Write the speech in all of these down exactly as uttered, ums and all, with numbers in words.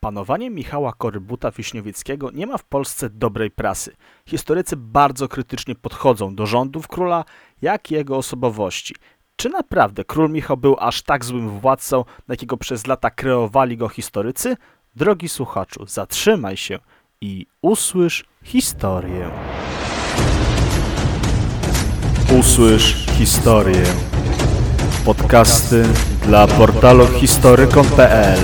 Panowanie Michała Korybuta-Wiśniowieckiego nie ma w Polsce dobrej prasy. Historycy bardzo krytycznie podchodzą do rządów króla, jak i jego osobowości. Czy naprawdę król Michał był aż tak złym władcą, na jakiego przez lata kreowali go historycy? Drogi słuchaczu, zatrzymaj się i usłysz historię. Usłysz historię. Podcasty dla portalu historykom kropka p l.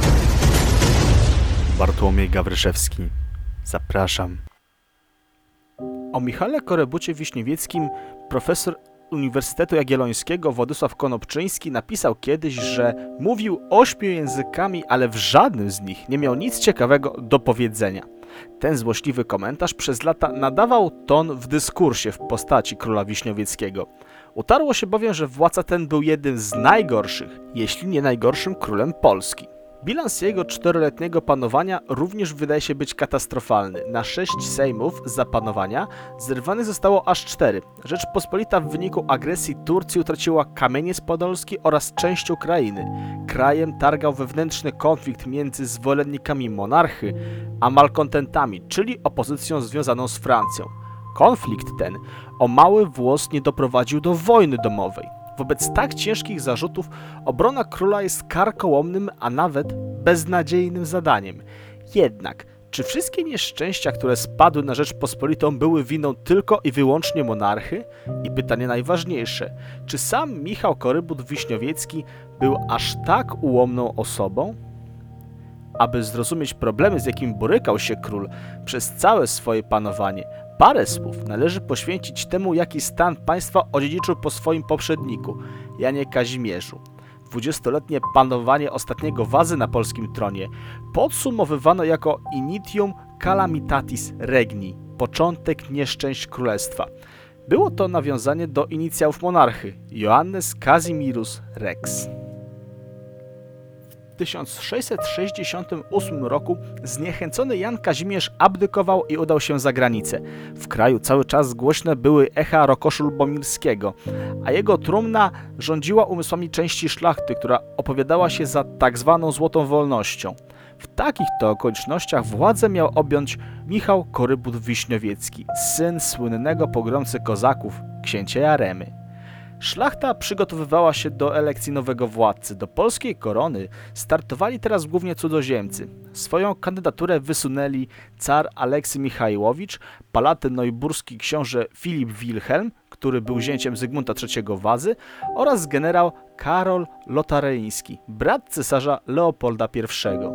Bartłomiej Gawryszewski. Zapraszam. O Michale Korybucie-Wiśniowieckim profesor Uniwersytetu Jagiellońskiego Władysław Konopczyński napisał kiedyś, że mówił ośmiu językami, ale w żadnym z nich nie miał nic ciekawego do powiedzenia. Ten złośliwy komentarz przez lata nadawał ton w dyskursie w postaci króla Wiśniowieckiego. Utarło się bowiem, że władca ten był jednym z najgorszych, jeśli nie najgorszym królem Polski. Bilans jego czteroletniego panowania również wydaje się być katastrofalny. Na sześć sejmów za panowania zerwanych zostało aż cztery. Rzeczpospolita w wyniku agresji Turcji utraciła Kamieniec Podolski oraz część Ukrainy. Krajem targał wewnętrzny konflikt między zwolennikami monarchy a malkontentami, czyli opozycją związaną z Francją. Konflikt ten o mały włos nie doprowadził do wojny domowej. Wobec tak ciężkich zarzutów obrona króla jest karkołomnym, a nawet beznadziejnym zadaniem. Jednak, czy wszystkie nieszczęścia, które spadły na Rzeczpospolitą, były winą tylko i wyłącznie monarchy? I pytanie najważniejsze, czy sam Michał Korybut-Wiśniowiecki był aż tak ułomną osobą? Aby zrozumieć problemy, z jakimi borykał się król przez całe swoje panowanie, parę słów należy poświęcić temu, jaki stan państwa odziedziczył po swoim poprzedniku, Janie Kazimierzu. Dwudziestoletnie panowanie ostatniego władzy na polskim tronie podsumowywano jako initium calamitatis regni, początek nieszczęść królestwa. Było to nawiązanie do inicjałów monarchy, Joannes Casimirus Rex. W tysiąc sześćset sześćdziesiątym ósmym roku zniechęcony Jan Kazimierz abdykował i udał się za granicę. W kraju cały czas głośne były echa rokoszu lubomirskiego, a jego trumna rządziła umysłami części szlachty, która opowiadała się za tak zwaną złotą wolnością. W takich to okolicznościach władzę miał objąć Michał Korybut-Wiśniowiecki, syn słynnego pogromcy kozaków, księcia Jaremy. Szlachta przygotowywała się do elekcji nowego władcy. Do polskiej korony startowali teraz głównie cudzoziemcy. Swoją kandydaturę wysunęli car Aleksy Michajłowicz, palatyn neuburski książę Filip Wilhelm, który był zięciem Zygmunta trzeciego Wazy, oraz generał Karol Lotaryński, brat cesarza Leopolda pierwszego.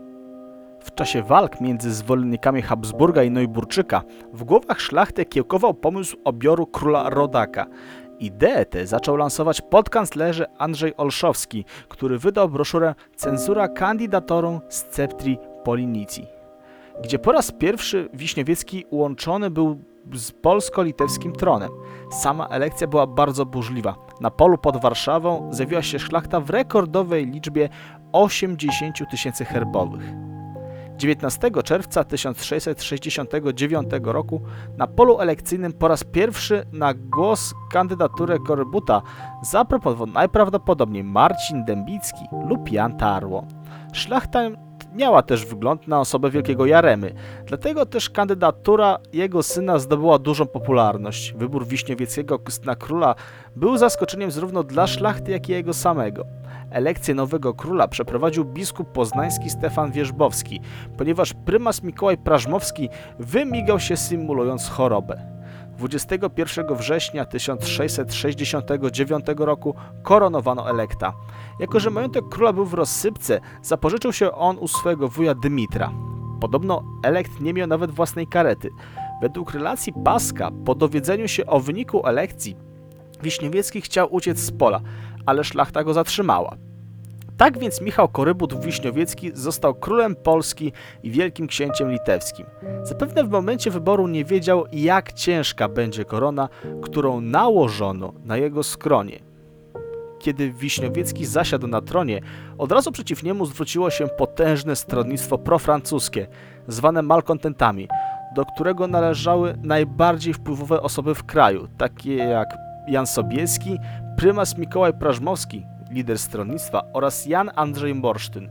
W czasie walk między zwolennikami Habsburga i Neuburczyka w głowach szlachty kiełkował pomysł obioru króla Rodaka. Ideę tę zaczął lansować podkanclerze Andrzej Olszowski, który wydał broszurę Censura Candidatorum Sceptri Polinici, gdzie po raz pierwszy Wiśniowiecki łączony był z polsko-litewskim tronem. Sama elekcja była bardzo burzliwa. Na polu pod Warszawą zjawiła się szlachta w rekordowej liczbie osiemdziesięciu tysięcy herbowych. dziewiętnastego czerwca tysiąc sześćset sześćdziesiątego dziewiątego roku na polu elekcyjnym po raz pierwszy na głos kandydaturę Korybuta zaproponował najprawdopodobniej Marcin Dębicki lub Jan Tarło. Szlachta miała też wgląd na osobę wielkiego Jaremy, dlatego też kandydatura jego syna zdobyła dużą popularność. Wybór Wiśniowieckiego na króla był zaskoczeniem zarówno dla szlachty, jak i jego samego. Elekcję nowego króla przeprowadził biskup poznański Stefan Wierzbowski, ponieważ prymas Mikołaj Prażmowski wymigał się, symulując chorobę. dwudziestego pierwszego września tysiąc sześćset sześćdziesiątego dziewiątego roku koronowano elekta. Jako że majątek króla był w rozsypce, zapożyczył się on u swojego wuja Dymitra. Podobno elekt nie miał nawet własnej karety. Według relacji Paska, po dowiedzeniu się o wyniku elekcji, Wiśniowiecki chciał uciec z pola, ale szlachta go zatrzymała. Tak więc Michał Korybut-Wiśniowiecki został królem Polski i wielkim księciem litewskim. Zapewne w momencie wyboru nie wiedział, jak ciężka będzie korona, którą nałożono na jego skronie. Kiedy Wiśniowiecki zasiadł na tronie, od razu przeciw niemu zwróciło się potężne stronnictwo profrancuskie, zwane malkontentami, do którego należały najbardziej wpływowe osoby w kraju, takie jak Jan Sobieski, prymas Mikołaj Prażmowski, lider stronnictwa, oraz Jan Andrzej Morsztyn.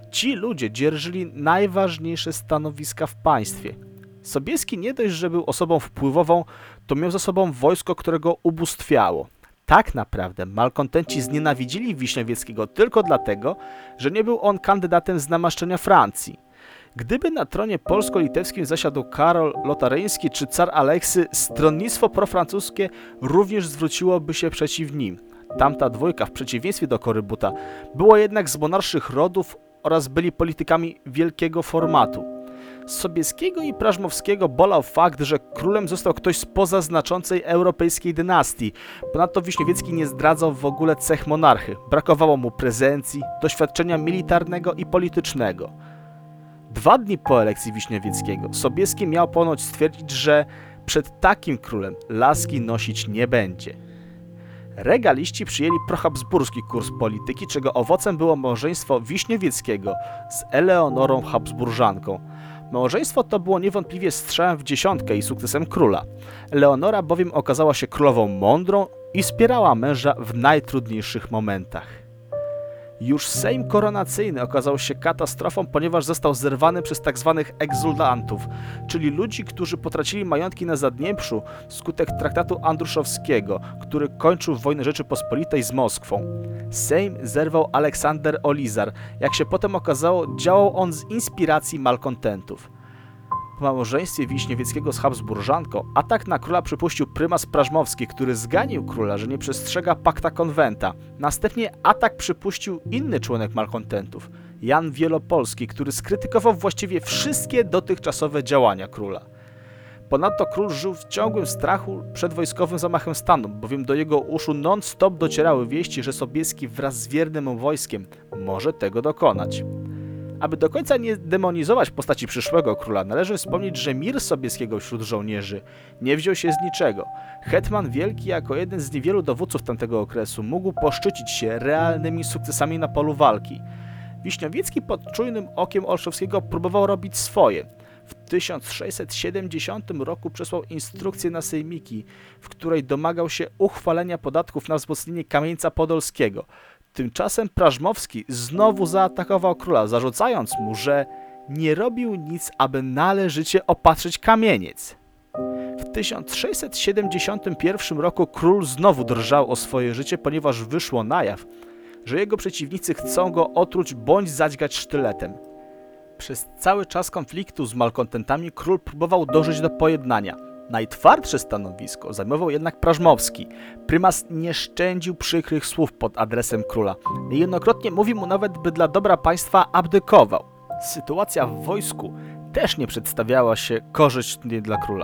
Ci ludzie dzierżyli najważniejsze stanowiska w państwie. Sobieski nie dość, że był osobą wpływową, to miał za sobą wojsko, którego ubóstwiało. Tak naprawdę malkontenci znienawidzili Wiśniowieckiego tylko dlatego, że nie był on kandydatem z namaszczenia Francji. Gdyby na tronie polsko-litewskim zasiadł Karol Lotaryński czy car Aleksy, stronnictwo profrancuskie również zwróciłoby się przeciw nim. Tamta dwójka, w przeciwieństwie do Korybuta, było jednak z monarszych rodów oraz byli politykami wielkiego formatu. Sobieskiego i Prażmowskiego bolał fakt, że królem został ktoś spoza znaczącej europejskiej dynastii. Ponadto Wiśniowiecki nie zdradzał w ogóle cech monarchy. Brakowało mu prezencji, doświadczenia militarnego i politycznego. Dwa dni po elekcji Wiśniowieckiego Sobieski miał ponoć stwierdzić, że przed takim królem laski nosić nie będzie. Regaliści przyjęli prohabsburski kurs polityki, czego owocem było małżeństwo Wiśniowieckiego z Eleonorą Habsburżanką. Małżeństwo to było niewątpliwie strzałem w dziesiątkę i sukcesem króla. Eleonora bowiem okazała się królową mądrą i wspierała męża w najtrudniejszych momentach. Już Sejm koronacyjny okazał się katastrofą, ponieważ został zerwany przez tzw. egzultantów, czyli ludzi, którzy potracili majątki na Zadnieprzu wskutek traktatu andruszowskiego, który kończył wojnę Rzeczypospolitej z Moskwą. Sejm zerwał Aleksander Olizar. Jak się potem okazało, działał on z inspiracji malkontentów. Po małżeństwie Wiśniowieckiego z Habsburżanką atak na króla przypuścił prymas Prażmowski, który zganił króla, że nie przestrzega pakta konwenta. Następnie atak przypuścił inny członek malkontentów, Jan Wielopolski, który skrytykował właściwie wszystkie dotychczasowe działania króla. Ponadto król żył w ciągłym strachu przed wojskowym zamachem stanu, bowiem do jego uszu non-stop docierały wieści, że Sobieski wraz z wiernym mu wojskiem może tego dokonać. Aby do końca nie demonizować postaci przyszłego króla, należy wspomnieć, że mir Sobieskiego wśród żołnierzy nie wziął się z niczego. Hetman Wielki jako jeden z niewielu dowódców tamtego okresu mógł poszczycić się realnymi sukcesami na polu walki. Wiśniowiecki pod czujnym okiem Olszewskiego próbował robić swoje. W tysiąc sześćset siedemdziesiątym roku przesłał instrukcję na sejmiki, w której domagał się uchwalenia podatków na wzmocnienie Kamieńca Podolskiego. Tymczasem Prażmowski znowu zaatakował króla, zarzucając mu, że nie robił nic, aby należycie opatrzyć kamieniec. W tysiąc sześćset siedemdziesiątym pierwszym roku król znowu drżał o swoje życie, ponieważ wyszło na jaw, że jego przeciwnicy chcą go otruć bądź zadźgać sztyletem. Przez cały czas konfliktu z malkontentami król próbował dążyć do pojednania. Najtwardsze stanowisko zajmował jednak Prażmowski. Prymas nie szczędził przykrych słów pod adresem króla. Jednokrotnie mówił mu nawet, by dla dobra państwa abdykował. Sytuacja w wojsku też nie przedstawiała się korzystnie dla króla.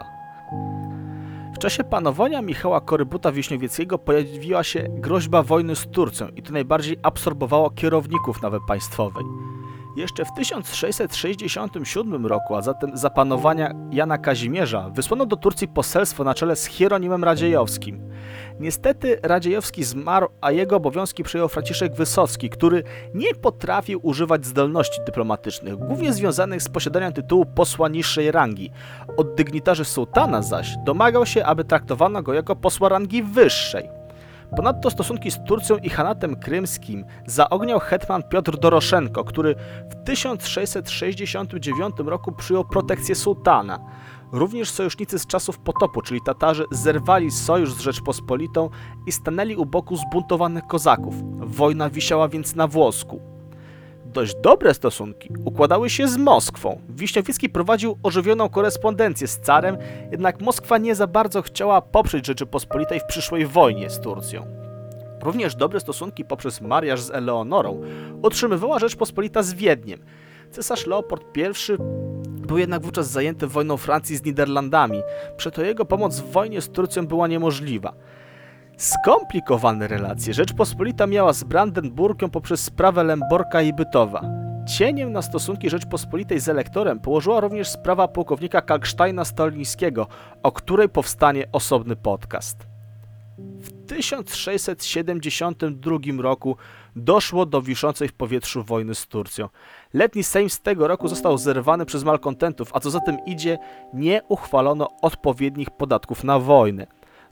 W czasie panowania Michała Korybuta-Wiśniowieckiego pojawiła się groźba wojny z Turcją i to najbardziej absorbowało kierowników nawy państwowej. Jeszcze w tysiąc sześćset sześćdziesiątym siódmym roku, a zatem za panowania Jana Kazimierza, wysłano do Turcji poselstwo na czele z Hieronimem Radziejowskim. Niestety Radziejowski zmarł, a jego obowiązki przejął Franciszek Wysocki, który nie potrafił używać zdolności dyplomatycznych, głównie związanych z posiadaniem tytułu posła niższej rangi. Od dygnitarzy sułtana zaś domagał się, aby traktowano go jako posła rangi wyższej. Ponadto stosunki z Turcją i Hanatem Krymskim zaogniał hetman Piotr Doroszenko, który w tysiąc sześćset sześćdziesiątym dziewiątym roku przyjął protekcję sułtana. Również sojusznicy z czasów potopu, czyli Tatarzy, zerwali sojusz z Rzeczpospolitą i stanęli u boku zbuntowanych kozaków. Wojna wisiała więc na włosku. Dość dobre stosunki układały się z Moskwą. Wiśniowiecki prowadził ożywioną korespondencję z carem, jednak Moskwa nie za bardzo chciała poprzeć Rzeczypospolitej w przyszłej wojnie z Turcją. Również dobre stosunki poprzez mariaż z Eleonorą utrzymywała Rzeczpospolita z Wiedniem. Cesarz Leopold pierwszy był jednak wówczas zajęty wojną Francji z Niderlandami, przeto jego pomoc w wojnie z Turcją była niemożliwa. Skomplikowane relacje Rzeczpospolita miała z Brandenburgią poprzez sprawę Lęborka i Bytowa. Cieniem na stosunki Rzeczpospolitej z elektorem położyła również sprawa pułkownika Kalksztajna-Stolińskiego, o której powstanie osobny podcast. W tysiąc sześćset siedemdziesiątym drugim roku doszło do wiszącej w powietrzu wojny z Turcją. Letni Sejm z tego roku został zerwany przez malkontentów, a co za tym idzie, nie uchwalono odpowiednich podatków na wojnę.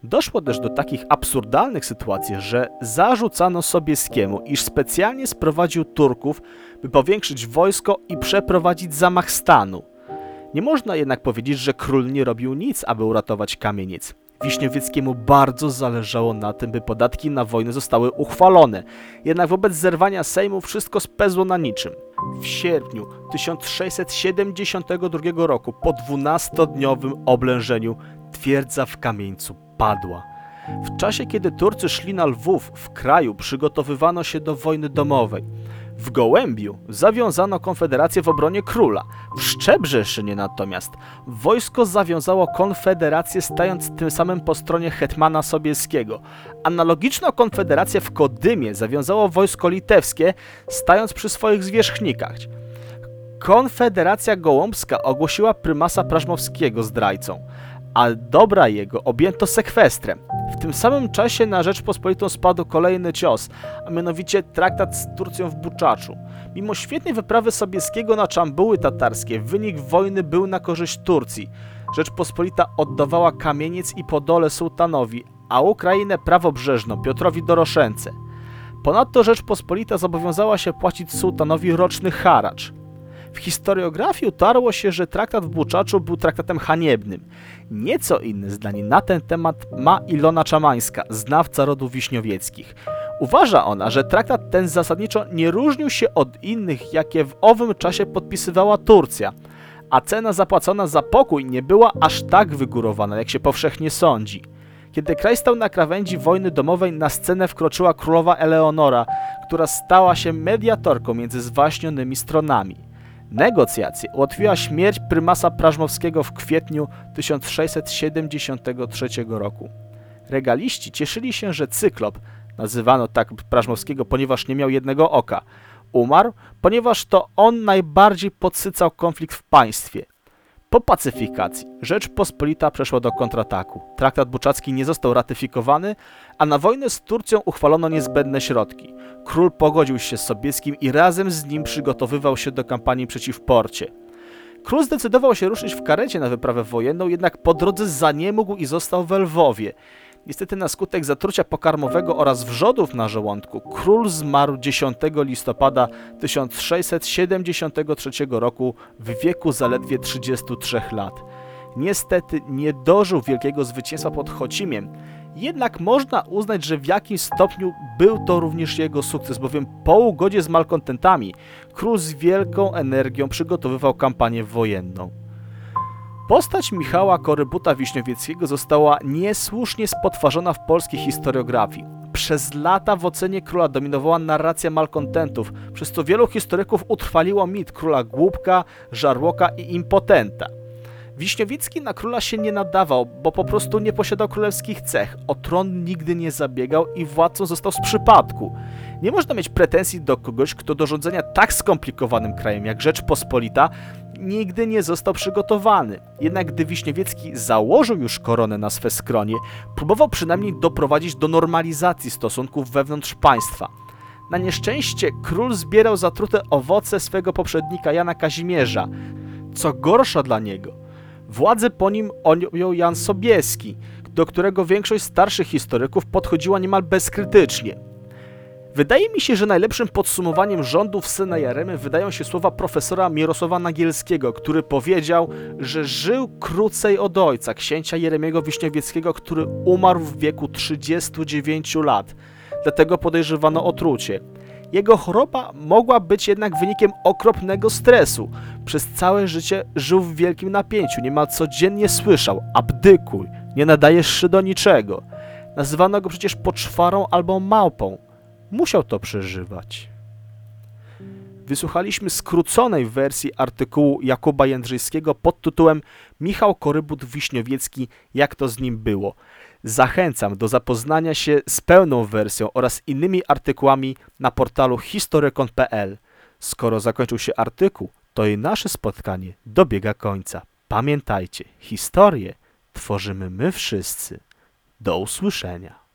Doszło też do takich absurdalnych sytuacji, że zarzucano Sobieskiemu, iż specjalnie sprowadził Turków, by powiększyć wojsko i przeprowadzić zamach stanu. Nie można jednak powiedzieć, że król nie robił nic, aby uratować Kamieniec. Wiśniowieckiemu bardzo zależało na tym, by podatki na wojnę zostały uchwalone, jednak wobec zerwania Sejmu wszystko spezło na niczym. W sierpniu tysiąc sześćset siedemdziesiątego drugiego roku, po dwunastodniowym oblężeniu, twierdza w Kamieńcu padła. W czasie, kiedy Turcy szli na Lwów, w kraju przygotowywano się do wojny domowej. W Gołębiu zawiązano konfederację w obronie króla. W Szczebrzeszynie natomiast wojsko zawiązało konfederację, stając tym samym po stronie hetmana Sobieskiego. Analogiczną konfederację w Kodymie zawiązało wojsko litewskie, stając przy swoich zwierzchnikach. Konfederacja Gołąbska ogłosiła prymasa Prażmowskiego zdrajcą, a dobra jego objęto sekwestrem. W tym samym czasie na Rzeczpospolitą spadł kolejny cios, a mianowicie traktat z Turcją w Buczaczu. Mimo świetnej wyprawy Sobieskiego na Czambuły tatarskie, wynik wojny był na korzyść Turcji. Rzeczpospolita oddawała Kamieniec i Podole sułtanowi, a Ukrainę prawobrzeżną Piotrowi Doroszence. Ponadto Rzeczpospolita zobowiązała się płacić sułtanowi roczny haracz. W historiografii utarło się, że traktat w Buczaczu był traktatem haniebnym. Nieco inne zdanie na ten temat ma Ilona Czamańska, znawca rodów wiśniowieckich. Uważa ona, że traktat ten zasadniczo nie różnił się od innych, jakie w owym czasie podpisywała Turcja, a cena zapłacona za pokój nie była aż tak wygórowana, jak się powszechnie sądzi. Kiedy kraj stał na krawędzi wojny domowej, na scenę wkroczyła królowa Eleonora, która stała się mediatorką między zwaśnionymi stronami. Negocjacje ułatwiła śmierć prymasa Prażmowskiego w kwietniu tysiąc sześćset siedemdziesiątego trzeciego roku. Regaliści cieszyli się, że Cyklop, nazywano tak Prażmowskiego, ponieważ nie miał jednego oka, umarł, ponieważ to on najbardziej podsycał konflikt w państwie. Po pacyfikacji Rzeczpospolita przeszła do kontrataku. Traktat buczacki nie został ratyfikowany, a na wojnę z Turcją uchwalono niezbędne środki. Król pogodził się z Sobieskim i razem z nim przygotowywał się do kampanii przeciw Porcie. Król zdecydował się ruszyć w karecie na wyprawę wojenną, jednak po drodze zaniemógł i został w Lwowie. Niestety na skutek zatrucia pokarmowego oraz wrzodów na żołądku król zmarł dziesiątego listopada tysiąc sześćset siedemdziesiątego trzeciego roku w wieku zaledwie trzydziestu trzech lat. Niestety nie dożył wielkiego zwycięstwa pod Chocimiem, jednak można uznać, że w jakimś stopniu był to również jego sukces, bowiem po ugodzie z malkontentami król z wielką energią przygotowywał kampanię wojenną. Postać Michała Korybuta Wiśniowieckiego została niesłusznie spotwarzona w polskiej historiografii. Przez lata w ocenie króla dominowała narracja malkontentów, przez co wielu historyków utrwaliło mit króla głupka, żarłoka i impotenta. Wiśniowiecki na króla się nie nadawał, bo po prostu nie posiadał królewskich cech, o tron nigdy nie zabiegał i władcą został z przypadku. Nie można mieć pretensji do kogoś, kto do rządzenia tak skomplikowanym krajem jak Rzeczpospolita nigdy nie został przygotowany. Jednak gdy Wiśniowiecki założył już koronę na swe skronie, próbował przynajmniej doprowadzić do normalizacji stosunków wewnątrz państwa. Na nieszczęście król zbierał zatrute owoce swego poprzednika Jana Kazimierza. Co gorsza dla niego, władzę po nim objął Jan Sobieski, do którego większość starszych historyków podchodziła niemal bezkrytycznie. Wydaje mi się, że najlepszym podsumowaniem rządów syna Jaremy wydają się słowa profesora Mirosława Nagielskiego, który powiedział, że żył krócej od ojca, księcia Jeremiego Wiśniowieckiego, który umarł w wieku trzydziestu dziewięciu lat. Dlatego podejrzewano o otrucie. Jego choroba mogła być jednak wynikiem okropnego stresu. Przez całe życie żył w wielkim napięciu, niemal codziennie słyszał: abdykuj, nie nadajesz się do niczego. Nazywano go przecież poczwarą albo małpą. Musiał to przeżywać. Wysłuchaliśmy skróconej wersji artykułu Jakuba Jędrzejskiego pod tytułem Michał Korybut Wiśniowiecki, jak to z nim było. Zachęcam do zapoznania się z pełną wersją oraz innymi artykułami na portalu historykon kropka p l. Skoro zakończył się artykuł, to i nasze spotkanie dobiega końca. Pamiętajcie, historię tworzymy my wszyscy. Do usłyszenia.